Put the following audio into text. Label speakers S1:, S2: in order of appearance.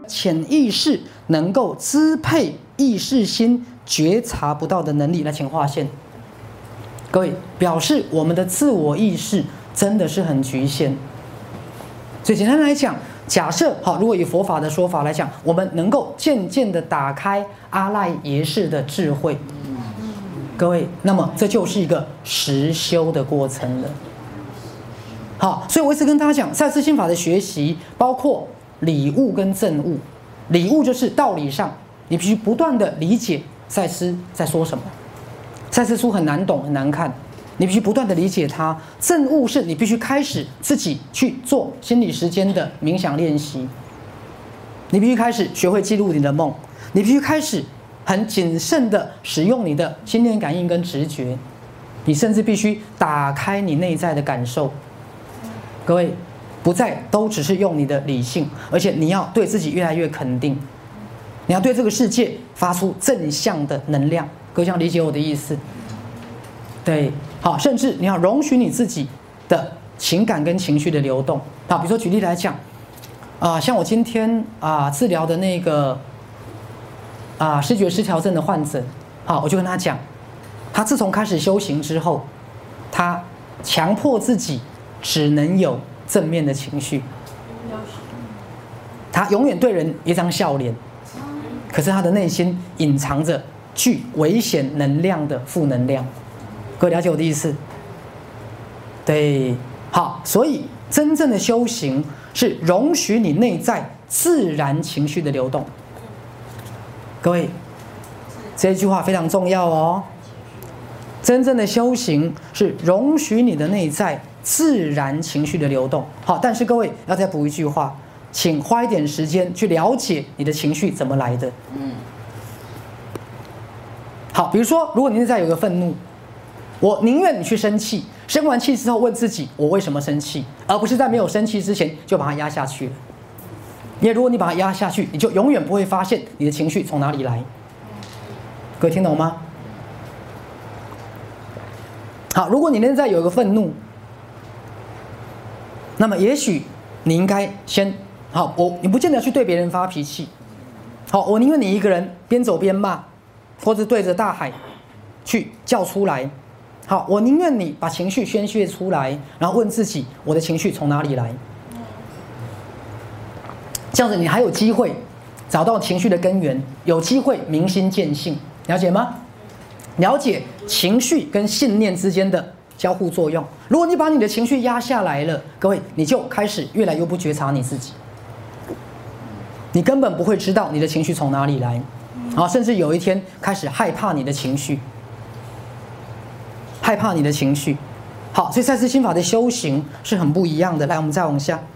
S1: 潜意识能够支配意识心觉察不到的能力。来，请划线。各位，表示我们的自我意识真的是很局限。所以简单来讲，假设好，如果以佛法的说法来讲，我们能够渐渐的打开阿赖耶识的智慧，各位，那么这就是一个实修的过程了。好，所以我一直跟大家讲，赛斯心法的学习包括理悟跟证悟。理悟就是道理上，你必须不断的理解赛斯在说什么。赛斯书很难懂，很难看，你必须不断的理解它。证悟是你必须开始自己去做心理时间的冥想练习，你必须开始学会记录你的梦，你必须开始很谨慎的使用你的心念感应跟直觉，你甚至必须打开你内在的感受。各位，不再都只是用你的理性，而且你要对自己越来越肯定，你要对这个世界发出正向的能量。各位这样理解我的意思？对，好，甚至你要容许你自己的情感跟情绪的流动。好，比如说举例来讲，像我今天治疗的那个视觉失调症的患者，好，我就跟他讲，他自从开始修行之后，他强迫自己只能有正面的情绪，他永远对人一张笑脸，可是他的内心隐藏着具危险能量的负能量。各位了解我的意思？对，好，所以真正的修行是容许你内在自然情绪的流动。各位，这句话非常重要哦。真正的修行是容许你的内在自然情绪的流动。好，但是各位要再补一句话，请花一点时间去了解你的情绪怎么来的。好，比如说，如果你内在有个愤怒，我宁愿你去生气，生完气之后问自己我为什么生气，而不是在没有生气之前就把它压下去了。因为如果你把它压下去，你就永远不会发现你的情绪从哪里来。各位听懂吗？好，如果你内在有一个愤怒，那么也许你应该先好，你不见得去对别人发脾气。好，我宁愿你一个人边走边骂，或者对着大海去叫出来。好，我宁愿你把情绪宣泄出来，然后问自己我的情绪从哪里来。这样子你还有机会找到情绪的根源，有机会明心见性，了解吗？了解情绪跟信念之间的交互作用。如果你把你的情绪压下来了，各位，你就开始越来越不觉察你自己，你根本不会知道你的情绪从哪里来，然后甚至有一天开始害怕你的情绪，害怕你的情绪。好，所以赛斯心法的修行是很不一样的。来，我们再往下。